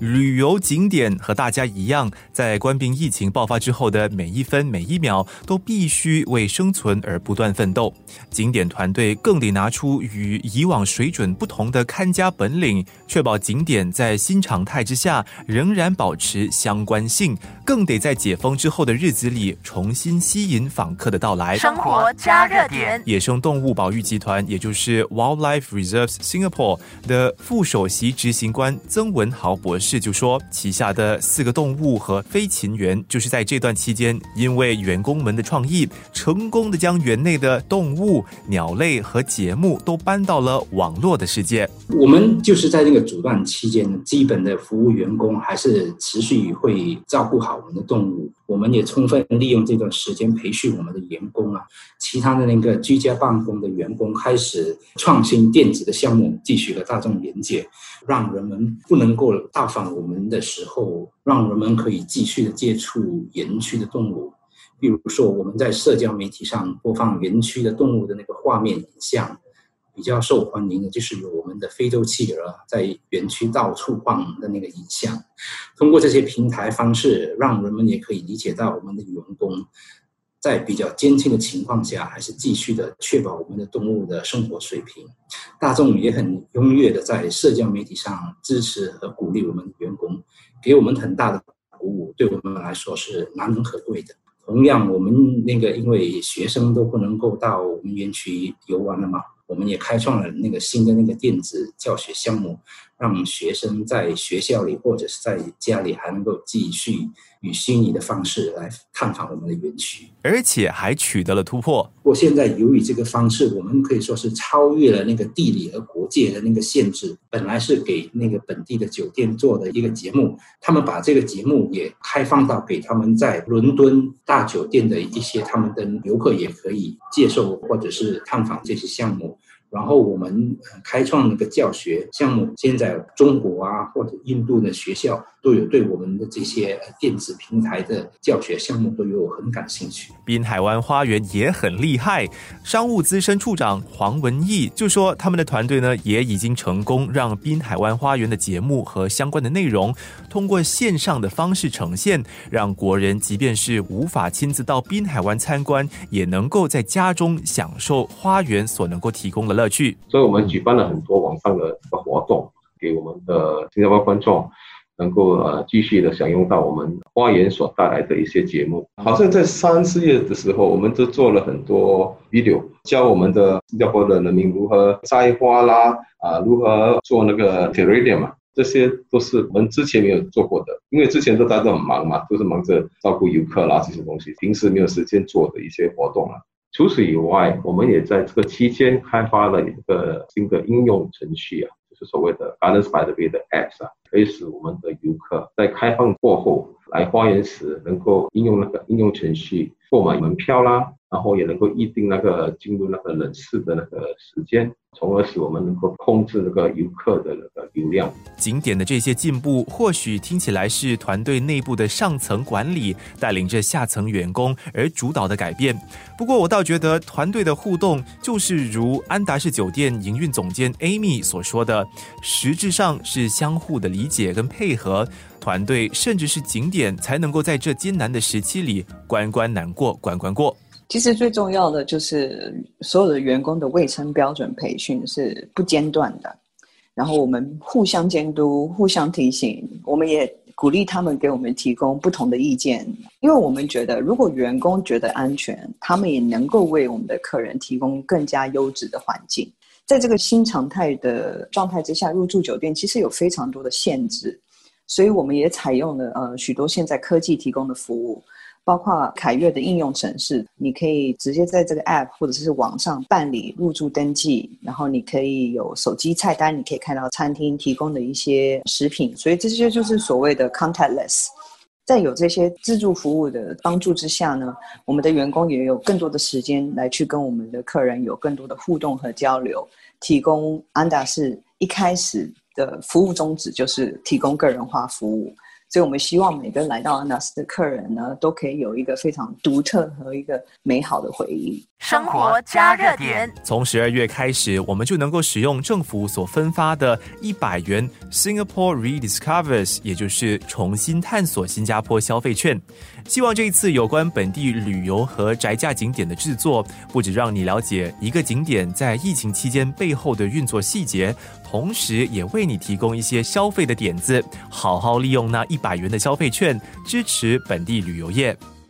旅游景点和大家一样，在官兵疫情爆发之后的每一分每一秒都必须为生存而不断奋斗。景点团队更得拿出与以往水准不同的看家本领，确保景点在新常态之下仍然保持相关性，更得在解封之后的日子里重新吸引访客的到来。 生活加热点。 野生动物保育集团，也就是 Wildlife Reserves Singapore 的副首席执行官曾文豪博士就说，旗下的4个动物和飞禽园就是在这段期间，因为员工们的创意，成功的将园内的动物、鸟类和节目都搬到了网络的世界。 我们就是在那个阻断期间，基本的服务员工还是持续会照顾好我们的动物。我们也充分利用这段时间培训我们的员工其他的那个居家办公的员工开始创新电子的项目，继续和大众连接，让人们不能够到访我们的时候，让人们可以继续的接触园区的动物。比如说我们在社交媒体上播放园区的动物的那个画面影像，比较受欢迎的就是有我们的非洲企鹅在园区到处晃的那个影像。通过这些平台方式，让人们也可以理解到我们的员工在比较艰辛的情况下，还是继续的确保我们的动物的生活水平。大众也很踊跃的在社交媒体上支持和鼓励我们的员工，给我们很大的鼓舞，对我们来说是难能可贵的。同样，我们因为学生都不能够到我们园区游玩了嘛，我们也开创了新的电子教学项目，让学生在学校里或者是在家里还能够继续以虚拟的方式来探访我们的园区， 而且还取得了突破。 不过现在由于这个方式，我们可以说是超越了地理和国界的限制。本来是给本地的酒店做的一个节目，他们把这个节目也开放到给他们在伦敦大酒店的一些他们的游客也可以接受或者是探访这些项目。然后我们开创教学项目，现在中国或者印度的学校都有对我们的这些电子平台的教学项目都有很感兴趣。 滨海湾花园也很厉害，商务资深处长黄文义就说，他们的团队呢也已经成功让滨海湾花园的节目和相关的内容通过线上的方式呈现，让国人即便是无法亲自到滨海湾参观，也能够在家中享受花园所能够提供的乐趣。 所以我们举办了很多网上的活动，给我们的新加坡观众能够继续的享用到我们花园所带来的一些节目。好像在3、4月的时候，我们都做了很多 video， 教我们的新加坡的人民如何栽花啦，如何做terrarium 嘛，这些都是我们之前没有做过的，因为之前大家都很忙嘛，都是忙着照顾游客啦这些东西，平时没有时间做的一些活动啦。除此以外，我们也在这个期间开发了一个新的应用程序就是所谓的 Gardens by the Bay 的 apps 可以使我们的游客在开放过后来花园时，能够应用应用程序购买门票啦，然后也能够预定进入冷室的时间，从而使我们能够控制游客的流量。 景点的这些进步，或许听起来是团队内部的上层管理带领着下层员工而主导的改变。不过我倒觉得团队的互动就是如安达仕酒店营运总监 Amy 所说的，实质上是相互的理解跟配合，团队甚至是景点才能够在这艰难的时期里关关难过关关过。 其实最重要的就是所有的员工的卫生标准培训是不间断的，然后我们互相监督互相提醒，我们也鼓励他们给我们提供不同的意见，因为我们觉得如果员工觉得安全，他们也能够为我们的客人提供更加优质的环境。在这个新常态的状态之下，入住酒店其实有非常多的限制，所以我们也采用了许多现在科技提供的服务，包括凯悦的应用程式，你可以直接在这个 app 或者是网上办理入住登记，然后你可以有手机菜单，你可以看到餐厅提供的一些食品，所以这些就是所谓的 contactless。 在有这些自助服务的帮助之下呢，我们的员工也有更多的时间来去跟我们的客人有更多的互动和交流，提供安达仕一开始的服务宗旨就是提供个人化服务， 所以我们希望每个来到安纳斯的客人呢，都可以有一个非常独特和一个美好的回忆。 生活加热点，从12月开始，我们就能够使用政府所分发的100元 Singapore Rediscovers， 也就是重新探索新加坡消费券。希望这一次有关本地旅游和宅价景点的制作，不只让你了解一个景点在疫情期间背后的运作细节，同时也为你提供一些消费的点子，好好利用那100元的消费券，支持本地旅游业。